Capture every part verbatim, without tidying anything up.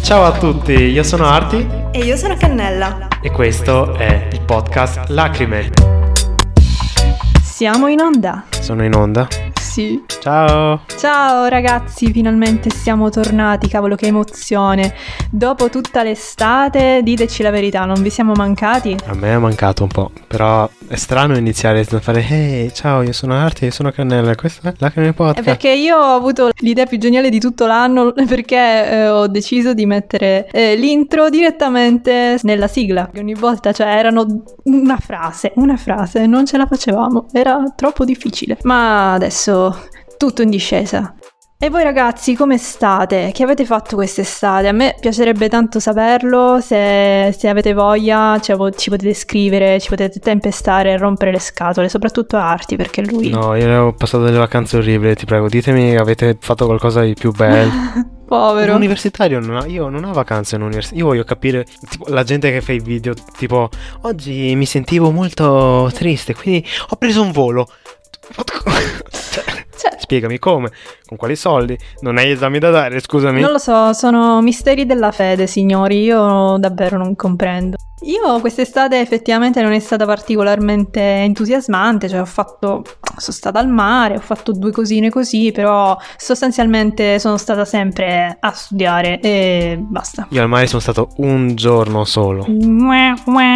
Ciao a tutti, io sono Arti e io sono Cannella e questo è il podcast Lacrime. Siamo in onda. Sono in onda? Sì. Ciao. Ciao ragazzi, finalmente siamo tornati, cavolo che emozione. Dopo tutta l'estate, diteci la verità, non vi siamo mancati? A me è mancato un po', però è strano iniziare a fare hey, ciao, io sono Arti, io sono Cannella, questa è Lacrime Podcast. È perché io ho avuto l'idea più geniale di tutto l'anno, perché eh, ho deciso di mettere eh, l'intro direttamente nella sigla. Ogni volta, cioè, erano una frase, una frase, non ce la facevamo, era troppo difficile. Ma adesso tutto in discesa. E voi ragazzi, come state? Che avete fatto quest'estate? A me piacerebbe tanto saperlo, se, se avete voglia ci, ci potete scrivere, ci potete tempestare e rompere le scatole, soprattutto a Arti, perché lui... No, io ho passato delle vacanze orribili, ti prego, ditemi che avete fatto qualcosa di più bello. Povero. L'universitario non ha, io non ho vacanze in università. Io voglio capire, tipo, la gente che fa i video, tipo, oggi mi sentivo molto triste, quindi ho preso un volo. Cioè, cioè, spiegami come, con quali soldi, non hai esami da dare, scusami. Non lo so, sono misteri della fede, signori, io davvero non comprendo. Io quest'estate effettivamente non è stata particolarmente entusiasmante, cioè ho fatto, sono stata al mare, ho fatto due cosine così, però sostanzialmente sono stata sempre a studiare e basta. Io al mare sono stato un giorno solo. Un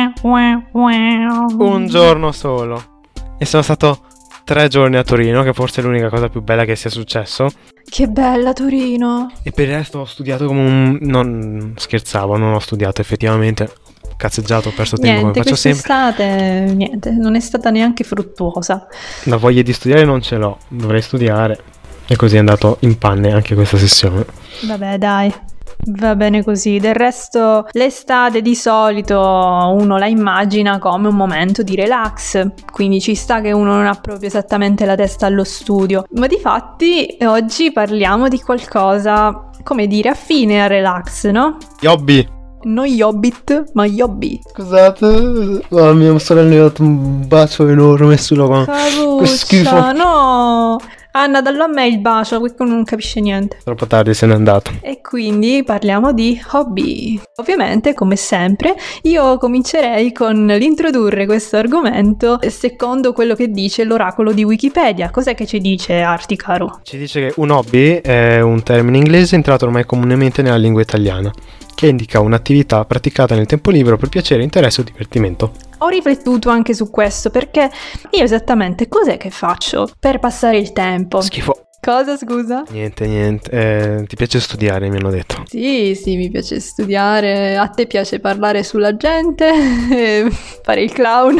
giorno solo. E sono stato tre giorni a Torino, che forse è l'unica cosa più bella che sia successo. Che bella Torino. E per il resto ho studiato come un... non scherzavo, non ho studiato effettivamente. Cazzeggiato, ho perso tempo niente, come faccio sempre. Quest'estate niente, non è stata neanche fruttuosa. La voglia di studiare non ce l'ho, dovrei studiare. E così è andato in panne anche questa sessione. Vabbè dai, va bene così. Del resto l'estate di solito uno la immagina come un momento di relax, quindi ci sta che uno non ha proprio esattamente la testa allo studio. Ma difatti oggi parliamo di qualcosa, come dire, affine al relax, no? Gli hobby. Non gli hobbit, ma gli hobby. Scusate, oh, mia sorella mi ha dato un bacio enorme sulla mano. Caruccia, che schifo. No! Anna, dallo a me il bacio, questo non capisce niente. Troppo tardi, se n'è andato. E quindi parliamo di hobby. Ovviamente, come sempre, io comincerei con l'introdurre questo argomento secondo quello che dice l'oracolo di Wikipedia. Cos'è che ci dice, Arti, caro? Ci dice che un hobby è un termine inglese entrato ormai comunemente nella lingua italiana, che indica un'attività praticata nel tempo libero per piacere, interesse o divertimento. Ho riflettuto anche su questo perché io esattamente cos'è che faccio per passare il tempo? Schifo. Cosa, scusa? Niente, niente. Eh, ti piace studiare, mi hanno detto. Sì, sì, mi piace studiare. A te piace parlare sulla gente, fare il clown.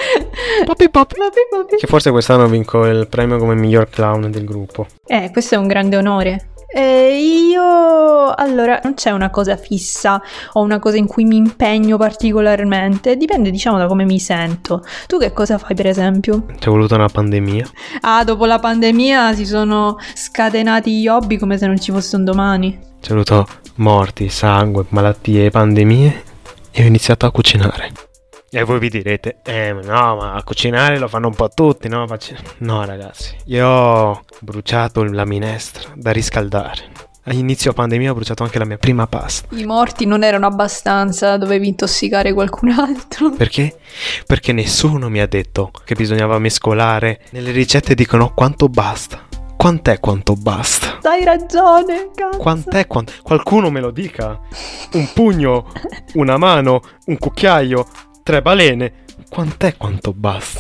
Poppy pop. Poppy poppy. Che forse quest'anno vinco il premio come miglior clown del gruppo. Eh, questo è un grande onore. E io, allora, non c'è una cosa fissa o una cosa in cui mi impegno particolarmente, dipende, diciamo, da come mi sento. Tu che cosa fai, per esempio? C'è voluta una pandemia. Ah, dopo la pandemia si sono scatenati gli hobby come se non ci fosse un domani. C'è voluto morti, sangue, malattie, pandemie e ho iniziato a cucinare. E voi vi direte, eh no, ma a cucinare lo fanno un po' tutti, no? No ragazzi, io ho bruciato la minestra da riscaldare. All'inizio pandemia ho bruciato anche la mia prima pasta. I morti non erano abbastanza, dovevi intossicare qualcun altro. Perché? Perché nessuno mi ha detto che bisognava mescolare. Nelle ricette dicono quanto basta. Quant'è quanto basta? Hai ragione, cazzo. Quant'è quanto... Qualcuno me lo dica. Un pugno, una mano, un cucchiaio, tre balene. Quant'è quanto basta?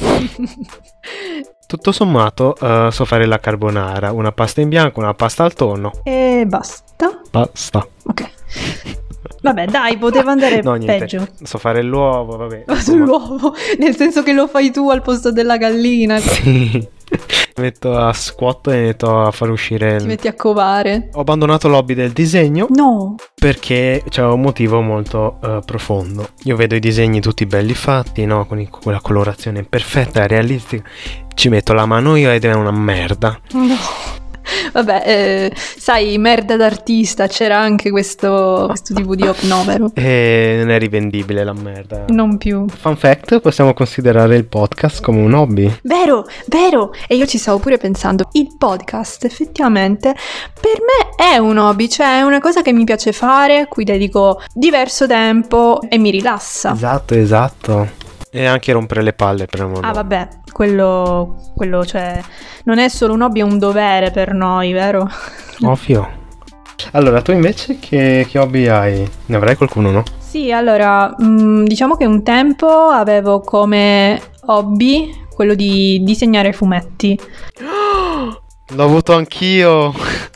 Tutto sommato uh, so fare la carbonara, una pasta in bianco, una pasta al tonno. E basta? Basta. Ok. Vabbè, dai, poteva andare no, niente. peggio. So fare l'uovo, vabbè. Sull'uovo, nel senso che lo fai tu al posto della gallina. Sì. Mi metto a squat e metto a far uscire. Ti metti a covare. Ho abbandonato l'hobby del disegno. No. Perché c'è un motivo molto uh, profondo. Io vedo i disegni tutti belli fatti, no? Con i, quella colorazione perfetta, realistica. Ci metto la mano io ed è una merda. No. Vabbè, eh, sai, merda d'artista, c'era anche questo, questo tipo di opnomero. E non è rivendibile la merda. Non più. Fun fact, possiamo considerare il podcast come un hobby. Vero, vero. E io ci stavo pure pensando, il podcast effettivamente per me è un hobby, cioè è una cosa che mi piace fare, cui dedico diverso tempo e mi rilassa. Esatto, esatto. E anche rompere le palle per il mondo. Ah vabbè, quello, quello cioè non è solo un hobby, è un dovere per noi, vero? Ovvio. Allora, tu invece che, che hobby hai? Ne avrai qualcuno, no? Sì, allora, mh, diciamo che un tempo avevo come hobby quello di disegnare fumetti. L'ho avuto anch'io.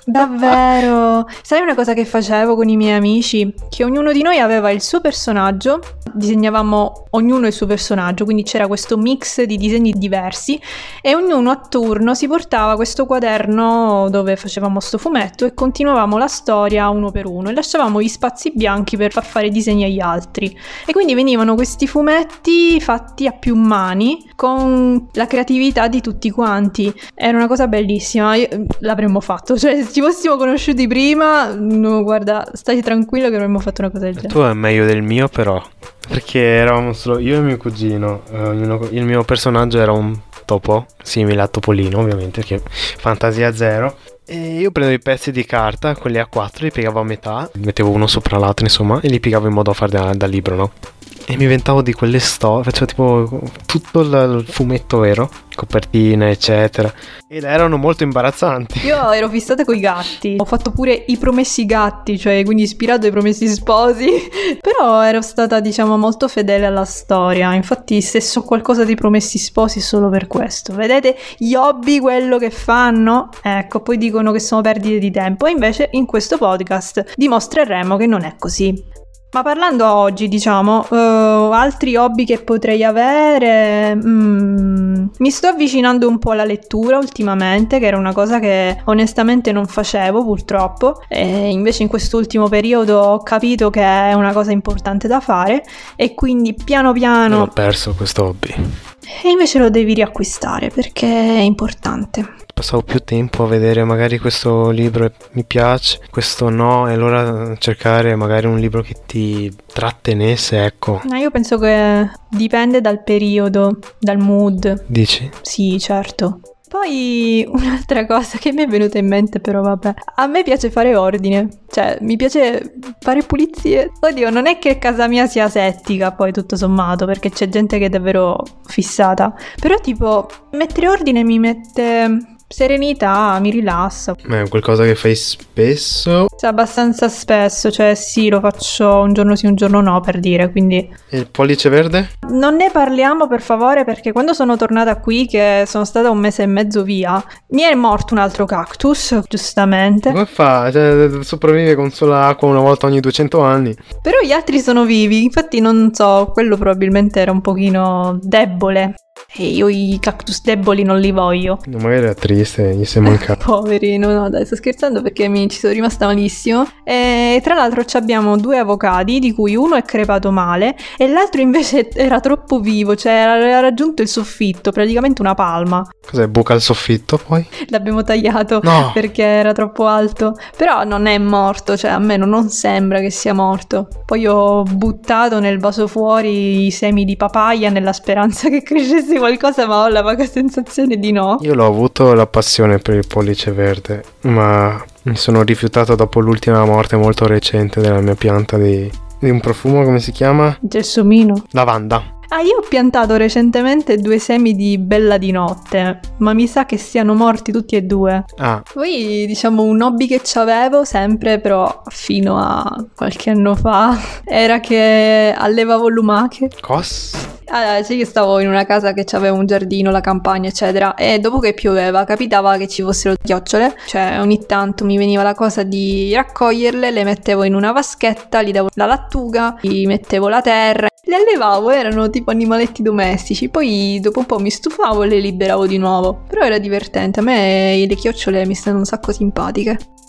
Davvero? Sai una cosa che facevo con i miei amici? Che ognuno di noi aveva il suo personaggio, disegnavamo ognuno il suo personaggio, quindi c'era questo mix di disegni diversi e ognuno a turno si portava questo quaderno dove facevamo sto fumetto e continuavamo la storia uno per uno e lasciavamo gli spazi bianchi per far fare disegni agli altri. E quindi venivano questi fumetti fatti a più mani con la creatività di tutti quanti. Era una cosa bellissima, io, l'avremmo fatto, cioè se ci fossimo conosciuti prima, no, guarda, stai tranquillo che avremmo fatto una cosa del genere. Tu è meglio del mio però, perché eravamo solo io e mio cugino, eh, ognuno, il mio personaggio era un topo, simile a Topolino ovviamente, che fantasia zero. E io prendevo i pezzi di carta, quelli a quattro, li piegavo a metà, mettevo uno sopra l'altro insomma, e li piegavo in modo a fare da, da libro, no? E mi inventavo di quelle storie, facevo tipo tutto il fumetto vero, copertine eccetera, ed erano molto imbarazzanti. Io ero fissata coi gatti, ho fatto pure i promessi gatti, cioè quindi ispirato ai promessi sposi, però ero stata diciamo molto fedele alla storia, infatti se so qualcosa di promessi sposi è solo per questo. Vedete gli hobby, quello che fanno? Ecco, poi dicono che sono perdite di tempo e invece in questo podcast dimostreremo che non è così. Ma parlando oggi, diciamo, uh, altri hobby che potrei avere, mm, mi sto avvicinando un po' alla lettura ultimamente, che era una cosa che onestamente non facevo purtroppo, e invece in quest'ultimo periodo ho capito che è una cosa importante da fare e quindi piano piano... L'ho perso questo hobby. E invece lo devi riacquistare perché è importante. Passavo più tempo a vedere magari questo libro e mi piace, questo no, e allora cercare magari un libro che ti trattenesse, ecco. No, io penso che dipende dal periodo, dal mood. Dici? Sì, certo. Poi un'altra cosa che mi è venuta in mente, però vabbè, a me piace fare ordine, cioè mi piace fare pulizie. Oddio, non è che casa mia sia settica poi tutto sommato, perché c'è gente che è davvero fissata, però tipo mettere ordine mi mette serenità, mi rilassa. Ma è qualcosa che fai spesso? Cioè, abbastanza spesso, cioè sì, lo faccio un giorno sì, un giorno no, per dire, quindi... E il pollice verde? Non ne parliamo per favore, perché quando sono tornata qui, che sono stata un mese e mezzo via, mi è morto un altro cactus, giustamente. Come fa? Cioè, sopravvive con sola acqua una volta ogni duecento anni. Però gli altri sono vivi, infatti non so, quello probabilmente era un pochino debole. E io i cactus deboli non li voglio. No, magari era triste, gli sei mancato. Poverino, no dai, sto scherzando perché mi ci sono rimasta malissimo. E tra l'altro abbiamo due avocadi, di cui uno è crepato male e l'altro invece era troppo vivo, cioè aveva raggiunto il soffitto, praticamente una palma. Cos'è, buca al soffitto poi? L'abbiamo tagliato no. Perché era troppo alto. Però non è morto, cioè a me non sembra che sia morto. Poi ho buttato nel vaso fuori i semi di papaya nella speranza che crescesse qualcosa, ma ho la vaga sensazione di no. Io l'ho avuto la passione per il pollice verde, ma mi sono rifiutato dopo l'ultima morte molto recente della mia pianta di, di un profumo, come si chiama? Gelsomino. Lavanda. Ah, io ho piantato recentemente due semi di bella di notte, ma mi sa che siano morti tutti e due. Ah. Poi, diciamo, un hobby che c'avevo sempre, però fino a qualche anno fa, era che allevavo lumache. Cos? Allora, sì, che stavo in una casa che aveva un giardino, la campagna, eccetera, e dopo che pioveva capitava che ci fossero chiocciole, cioè ogni tanto mi veniva la cosa di raccoglierle, le mettevo in una vaschetta, gli davo la lattuga, gli mettevo la terra, le allevavo, erano tipo animaletti domestici, poi dopo un po' mi stufavo e le liberavo di nuovo, però era divertente, a me le chiocciole mi stanno un sacco simpatiche.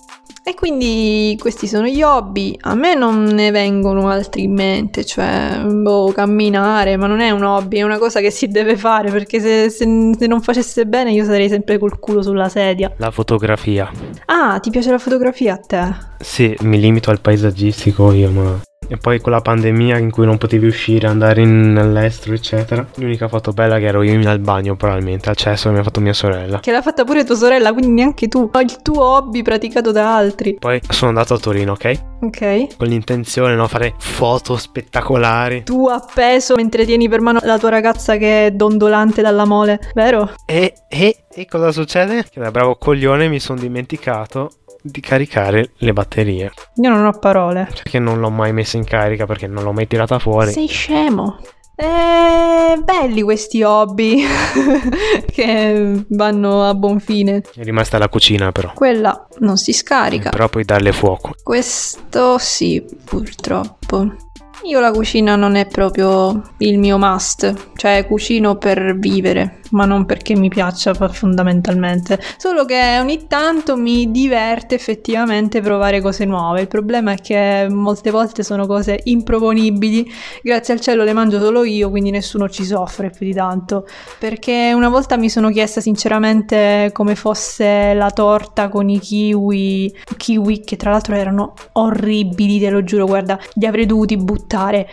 E quindi questi sono gli hobby. A me non ne vengono altri in mente, cioè, boh, camminare, ma non è un hobby, è una cosa che si deve fare, perché se, se, se non facesse bene io sarei sempre col culo sulla sedia. La fotografia. Ah, ti piace la fotografia a te? Sì, mi limito al paesaggistico io, ma... E poi con la pandemia in cui non potevi uscire, andare in, all'estero, eccetera. L'unica foto bella che ero io al bagno, probabilmente, al cesso che mi ha fatto mia sorella. Che l'ha fatta pure tua sorella, quindi neanche tu. Ho il tuo hobby praticato da altri. Poi sono andato a Torino, ok? Ok. Con l'intenzione, no, fare foto spettacolari. Tu appeso mentre tieni per mano la tua ragazza che è dondolante dalla mole, vero? E, e, e cosa succede? Che da bravo coglione mi sono dimenticato di caricare le batterie. Io non ho parole. Perché non l'ho mai messa in carica, perché non l'ho mai tirata fuori. Sei scemo. Eh, belli questi hobby che vanno a buon fine. È rimasta la cucina però. Quella non si scarica. Però puoi darle fuoco. Questo sì, purtroppo. Io la cucina non è proprio il mio must, cioè cucino per vivere, ma non perché mi piaccia fondamentalmente, solo che ogni tanto mi diverte effettivamente provare cose nuove. Il problema è che molte volte sono cose improponibili, grazie al cielo le mangio solo io, quindi nessuno ci soffre più di tanto, perché una volta mi sono chiesta sinceramente come fosse la torta con i kiwi, kiwi che tra l'altro erano orribili, te lo giuro, guarda, li avrei dovuti buttare.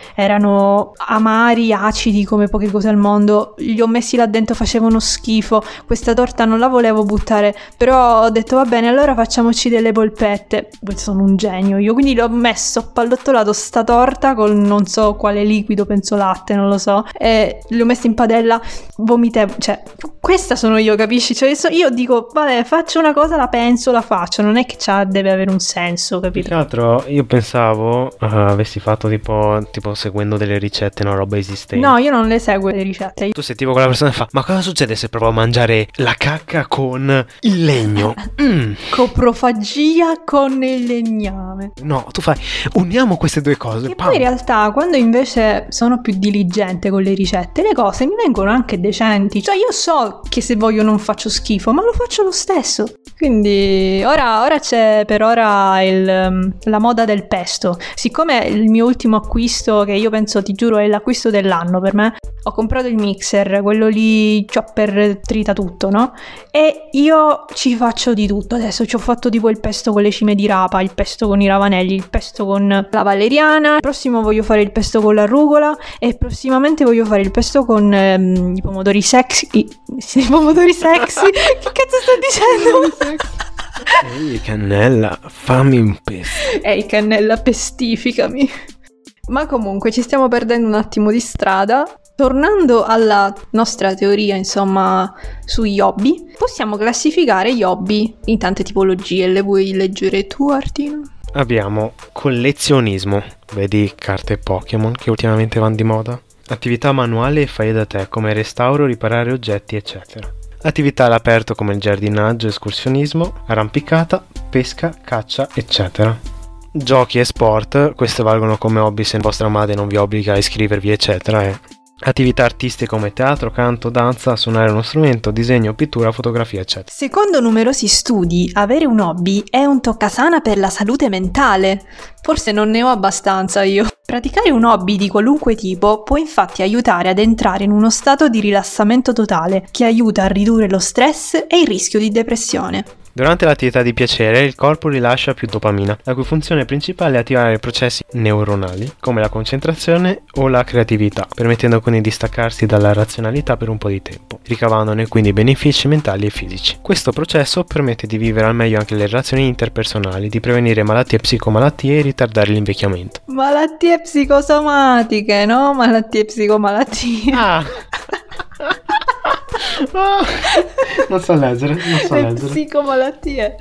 Erano amari, acidi come poche cose al mondo, li ho messi là dentro, facevano schifo. Questa torta non la volevo buttare, però ho detto va bene, allora facciamoci delle polpette. Poi sono un genio io, quindi l'ho messo, ho pallottolato sta torta con non so quale liquido, penso latte, non lo so, e le ho messe in padella, vomitevo, cioè questa sono io, capisci? Cioè io dico vabbè, faccio una cosa, la penso, la faccio, non è che c'ha, deve avere un senso, capito? Tra l'altro io pensavo uh, avessi fatto tipo tipo seguendo delle ricette, no, roba esistenti. No, io non le seguo le ricette. Tu sei tipo quella persona che fa ma cosa succede se provo a mangiare la cacca con il legno? Mm. Coprofagia con il legname. No, tu fai uniamo queste due cose. E poi in realtà quando invece sono più diligente con le ricette, le cose mi vengono anche decenti. Cioè io so che se voglio non faccio schifo, ma lo faccio lo stesso. Quindi ora, ora c'è per ora il, la moda del pesto. Siccome il mio ultimo acquisto, che io penso, ti giuro, è l'acquisto dell'anno per me, ho comprato il mixer, quello lì chopper trita tutto, no? E io ci faccio di tutto. Adesso ci ho fatto tipo il pesto con le cime di rapa, il pesto con i ravanelli, il pesto con la valeriana. Il prossimo voglio fare il pesto con la rucola e prossimamente voglio fare il pesto con ehm, i pomodori sexy. I, i pomodori sexy? Che cazzo sto dicendo? Ehi cannella, fammi un pesto. Ehi cannella, pestificami. Ma comunque ci stiamo perdendo un attimo di strada. Tornando alla nostra teoria, insomma, sugli hobby, possiamo classificare gli hobby in tante tipologie. Le vuoi leggere tu, Artino? Abbiamo collezionismo, vedi carte Pokémon che ultimamente vanno di moda. Attività manuali e fai da te come restauro, riparare oggetti, eccetera. Attività all'aperto come il giardinaggio, escursionismo, arrampicata, pesca, caccia, eccetera. Giochi e sport, queste valgono come hobby se vostra madre non vi obbliga a iscrivervi, eccetera. E attività artistiche come teatro, canto, danza, suonare uno strumento, disegno, pittura, fotografia, eccetera. Secondo numerosi studi, avere un hobby è un toccasana per la salute mentale. Forse non ne ho abbastanza io. Praticare un hobby di qualunque tipo può infatti aiutare ad entrare in uno stato di rilassamento totale, che aiuta a ridurre lo stress e il rischio di depressione. Durante l'attività di piacere il corpo rilascia più dopamina, la cui funzione principale è attivare processi neuronali come la concentrazione o la creatività, permettendo quindi di staccarsi dalla razionalità per un po' di tempo, ricavandone quindi benefici mentali e fisici. Questo processo permette di vivere al meglio anche le relazioni interpersonali, di prevenire malattie e psicomalattie e ritardare l'invecchiamento. Malattie psicosomatiche, no? Malattie psicomalattie. Ah! Oh, non so leggere, non so Le leggere. psicomalattie.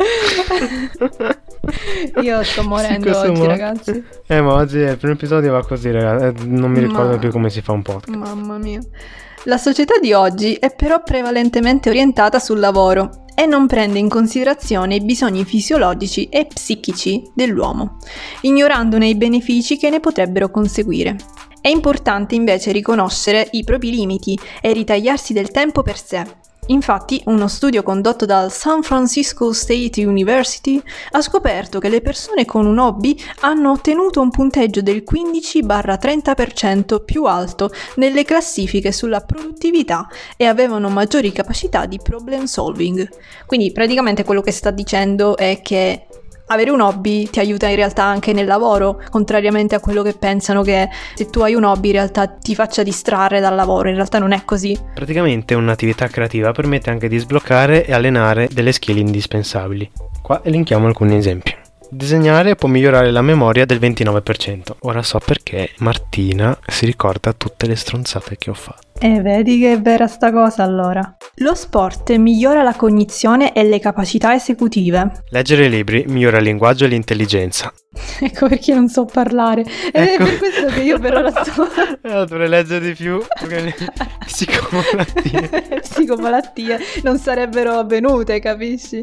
Io sto morendo Sì, oggi, mo- ragazzi. Eh, ma oggi il primo episodio va così, ragazzi. Eh, non mi ricordo Ma- più come si fa un podcast. Mamma mia. La società di oggi è però prevalentemente orientata sul lavoro e non prende in considerazione i bisogni fisiologici e psichici dell'uomo, ignorandone i benefici che ne potrebbero conseguire. È importante invece riconoscere i propri limiti e ritagliarsi del tempo per sé. Infatti, uno studio condotto dal San Francisco State University ha scoperto che le persone con un hobby hanno ottenuto un punteggio del quindici trenta per cento più alto nelle classifiche sulla produttività e avevano maggiori capacità di problem solving. Quindi praticamente quello che sta dicendo è che avere un hobby ti aiuta in realtà anche nel lavoro, contrariamente a quello che pensano che se tu hai un hobby in realtà ti faccia distrarre dal lavoro. In realtà non è così. Praticamente un'attività creativa permette anche di sbloccare e allenare delle skill indispensabili. Qua elenchiamo alcuni esempi. Disegnare può migliorare la memoria del ventinove per cento. Ora so perché Martina si ricorda tutte le stronzate che ho fatto. E vedi che è vera sta cosa allora. Lo sport migliora la cognizione e le capacità esecutive. Leggere libri migliora il linguaggio e l'intelligenza. Ecco perché non so parlare. Ed ecco. È per questo che io però la sto... Eh, dovrei leggere di più. Psicomalattie. Psicomalattie non sarebbero avvenute, capisci?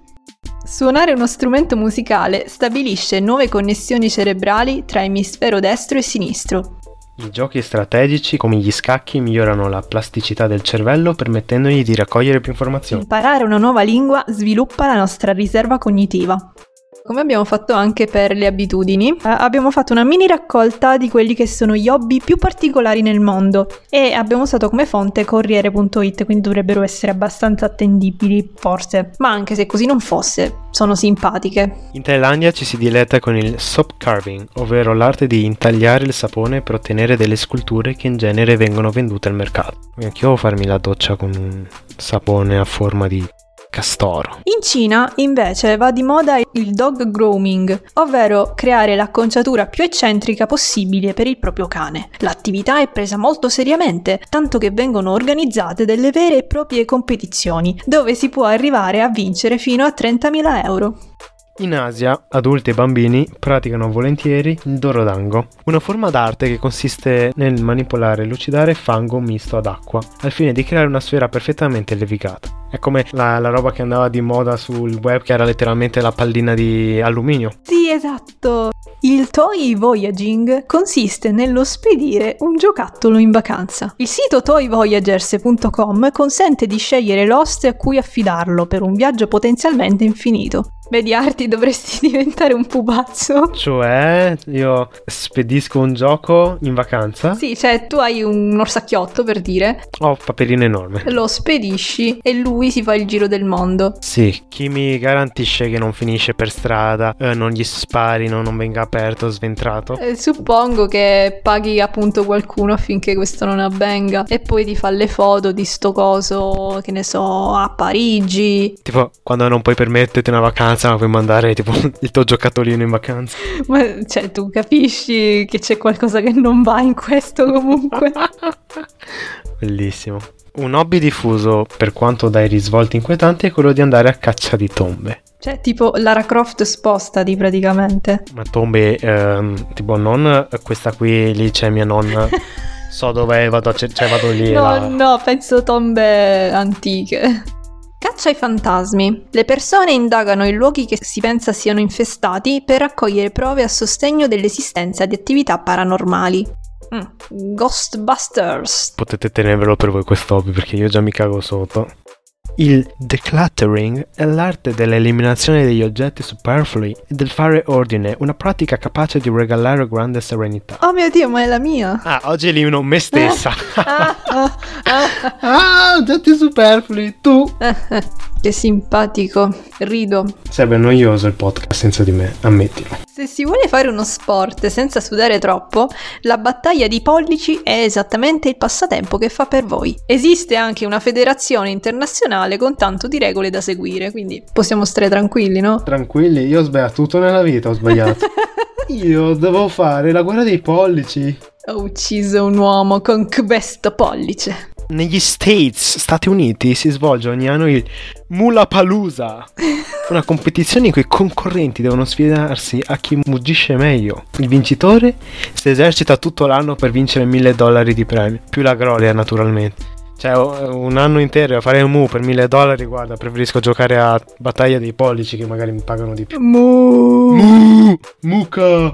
Suonare uno strumento musicale stabilisce nuove connessioni cerebrali tra emisfero destro e sinistro. I giochi strategici come gli scacchi migliorano la plasticità del cervello permettendogli di raccogliere più informazioni. Imparare una nuova lingua sviluppa la nostra riserva cognitiva. Come abbiamo fatto anche per le abitudini, eh, abbiamo fatto una mini raccolta di quelli che sono gli hobby più particolari nel mondo e abbiamo usato come fonte Corriere punto it, quindi dovrebbero essere abbastanza attendibili, forse. Ma anche se così non fosse, sono simpatiche. In Thailandia ci si diletta con il soap carving, ovvero l'arte di intagliare il sapone per ottenere delle sculture che in genere vengono vendute al mercato. Anch'io devo farmi la doccia con un sapone a forma di castoro. In Cina invece va di moda il dog grooming, ovvero creare l'acconciatura più eccentrica possibile per il proprio cane. L'attività è presa molto seriamente, tanto che vengono organizzate delle vere e proprie competizioni, dove si può arrivare a vincere fino a trentamila euro. In Asia, adulti e bambini praticano volentieri il dorodango, una forma d'arte che consiste nel manipolare e lucidare fango misto ad acqua, al fine di creare una sfera perfettamente levigata. È come la, la roba che andava di moda sul web, che era letteralmente la pallina di alluminio. Sì, esatto! Il toy voyaging consiste nello spedire un giocattolo in vacanza. Il sito toy voyagers punto com consente di scegliere l'host a cui affidarlo per un viaggio potenzialmente infinito. Vedi Arti, dovresti diventare un pupazzo. Cioè, io spedisco un gioco in vacanza? Sì, cioè tu hai un orsacchiotto, per dire. Ho un paperino enorme. Lo spedisci e lui si fa il giro del mondo. Sì, chi mi garantisce che non finisce per strada, eh, non gli sparino, non venga aperto, sventrato? Eh, suppongo che paghi appunto qualcuno affinché questo non avvenga e poi ti fa le foto di sto coso, che ne so, a Parigi. Tipo, quando non puoi permetterti una vacanza, ma puoi mandare tipo il tuo giocattolino in vacanza. Ma cioè tu capisci che c'è qualcosa che non va in questo comunque. Bellissimo. Un hobby diffuso, per quanto dai risvolti inquietanti, è quello di andare a caccia di tombe. Cioè tipo Lara Croft spostati praticamente. Ma tombe ehm, tipo non questa qui, lì c'è mia nonna, so dove vado, cioè vado lì. No, la... no, penso tombe antiche. Caccia ai fantasmi. Le persone indagano i luoghi che si pensa siano infestati per raccogliere prove a sostegno dell'esistenza di attività paranormali. Mm. Ghostbusters. Potete tenervelo per voi questo hobby, perché io già mi cago sotto. Il decluttering è l'arte dell'eliminazione degli oggetti superflui e del fare ordine, una pratica capace di regalare grande serenità. Oh mio Dio, ma è la mia! Ah, oggi elimino me stessa. ah, ah, ah, ah, oggetti superflui, tu! Che simpatico, rido. Sarebbe noioso il podcast senza di me, ammettilo. Se si vuole fare uno sport senza sudare troppo, la battaglia di pollici è esattamente il passatempo che fa per voi. Esiste anche una federazione internazionale con tanto di regole da seguire, quindi possiamo stare tranquilli, no? Tranquilli, io ho sbagliato tutto nella vita, ho sbagliato. Io devo fare la guerra dei pollici. Ho ucciso un uomo con questo pollice. Negli States, Stati Uniti, si svolge ogni anno il Mulapalooza, una competizione in cui i concorrenti devono sfidarsi a chi muggisce meglio. Il vincitore si esercita tutto l'anno per vincere mille dollari di premi, più la gloria naturalmente. Cioè, un anno intero a fare un mu per mille dollari, guarda, preferisco giocare a battaglia dei pollici che magari mi pagano di più. Mu, mu muca.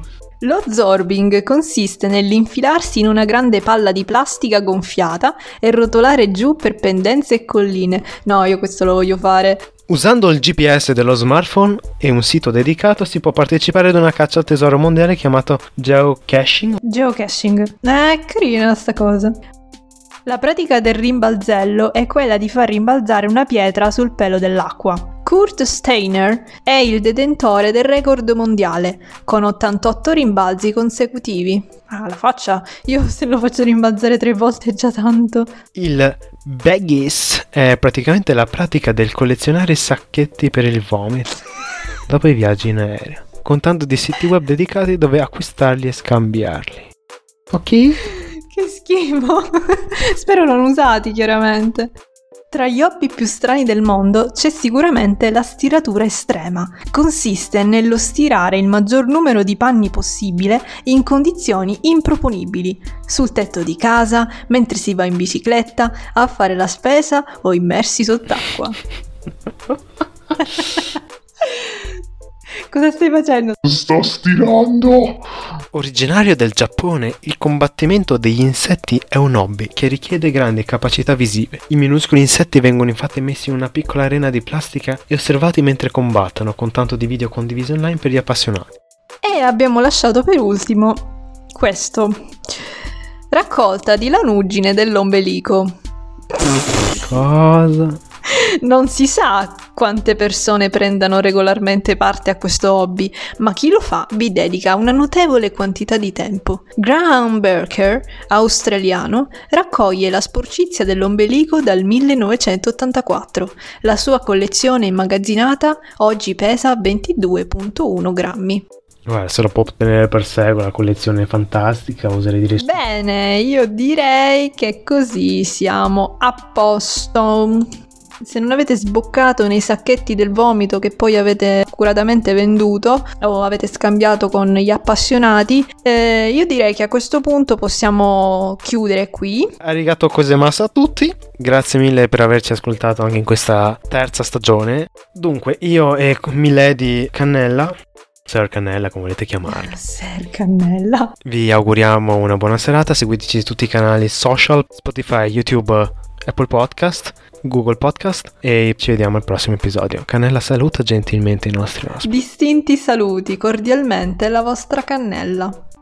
Lo zorbing consiste nell'infilarsi in una grande palla di plastica gonfiata e rotolare giù per pendenze e colline. No, io questo lo voglio fare. Usando il G P S dello smartphone e un sito dedicato si può partecipare ad una caccia al tesoro mondiale chiamato geocaching. Geocaching. Eh, carina sta cosa. La pratica del rimbalzello è quella di far rimbalzare una pietra sul pelo dell'acqua. Kurt Steiner è il detentore del record mondiale, con ottantotto rimbalzi consecutivi. Ah, la faccia, io se lo faccio rimbalzare tre volte è già tanto. Il baggies è praticamente la pratica del collezionare sacchetti per il vomito dopo i viaggi in aereo, contando di siti web dedicati dove acquistarli e scambiarli. Ok? Che schifo. Spero non usati, chiaramente. Tra gli hobby più strani del mondo c'è sicuramente la stiratura estrema. Consiste nello stirare il maggior numero di panni possibile in condizioni improponibili, sul tetto di casa, mentre si va in bicicletta, a fare la spesa o immersi sott'acqua. Cosa stai facendo? Sto stirando! Originario del Giappone, il combattimento degli insetti è un hobby che richiede grandi capacità visive. I minuscoli insetti vengono infatti messi in una piccola arena di plastica e osservati mentre combattono, con tanto di video condivisi online per gli appassionati. E abbiamo lasciato per ultimo questo. Raccolta di lanuggine dell'ombelico. Cosa? Non si sa quante persone prendano regolarmente parte a questo hobby, ma chi lo fa vi dedica una notevole quantità di tempo. Graham Berker, australiano, raccoglie la sporcizia dell'ombelico dal millenovecentottantaquattro. La sua collezione immagazzinata oggi pesa ventidue virgola uno grammi. Guarda, se lo può ottenere per sé, quella collezione fantastica, oserei dire. Bene, io direi che così siamo a posto. Se non avete sboccato nei sacchetti del vomito che poi avete curatamente venduto o avete scambiato con gli appassionati, eh, io direi che a questo punto possiamo chiudere qui. Arigato gozaimasu a tutti, grazie mille per averci ascoltato anche in questa terza stagione. Dunque, io e Milady Cannella, Sir Cannella come volete chiamarla, Sir Cannella, vi auguriamo una buona serata. Seguiteci su tutti i canali social, Spotify, YouTube, Apple Podcast, Google Podcast, e ci vediamo al prossimo episodio. Cannella saluta gentilmente i nostri ospiti. Distinti saluti, cordialmente la vostra Cannella.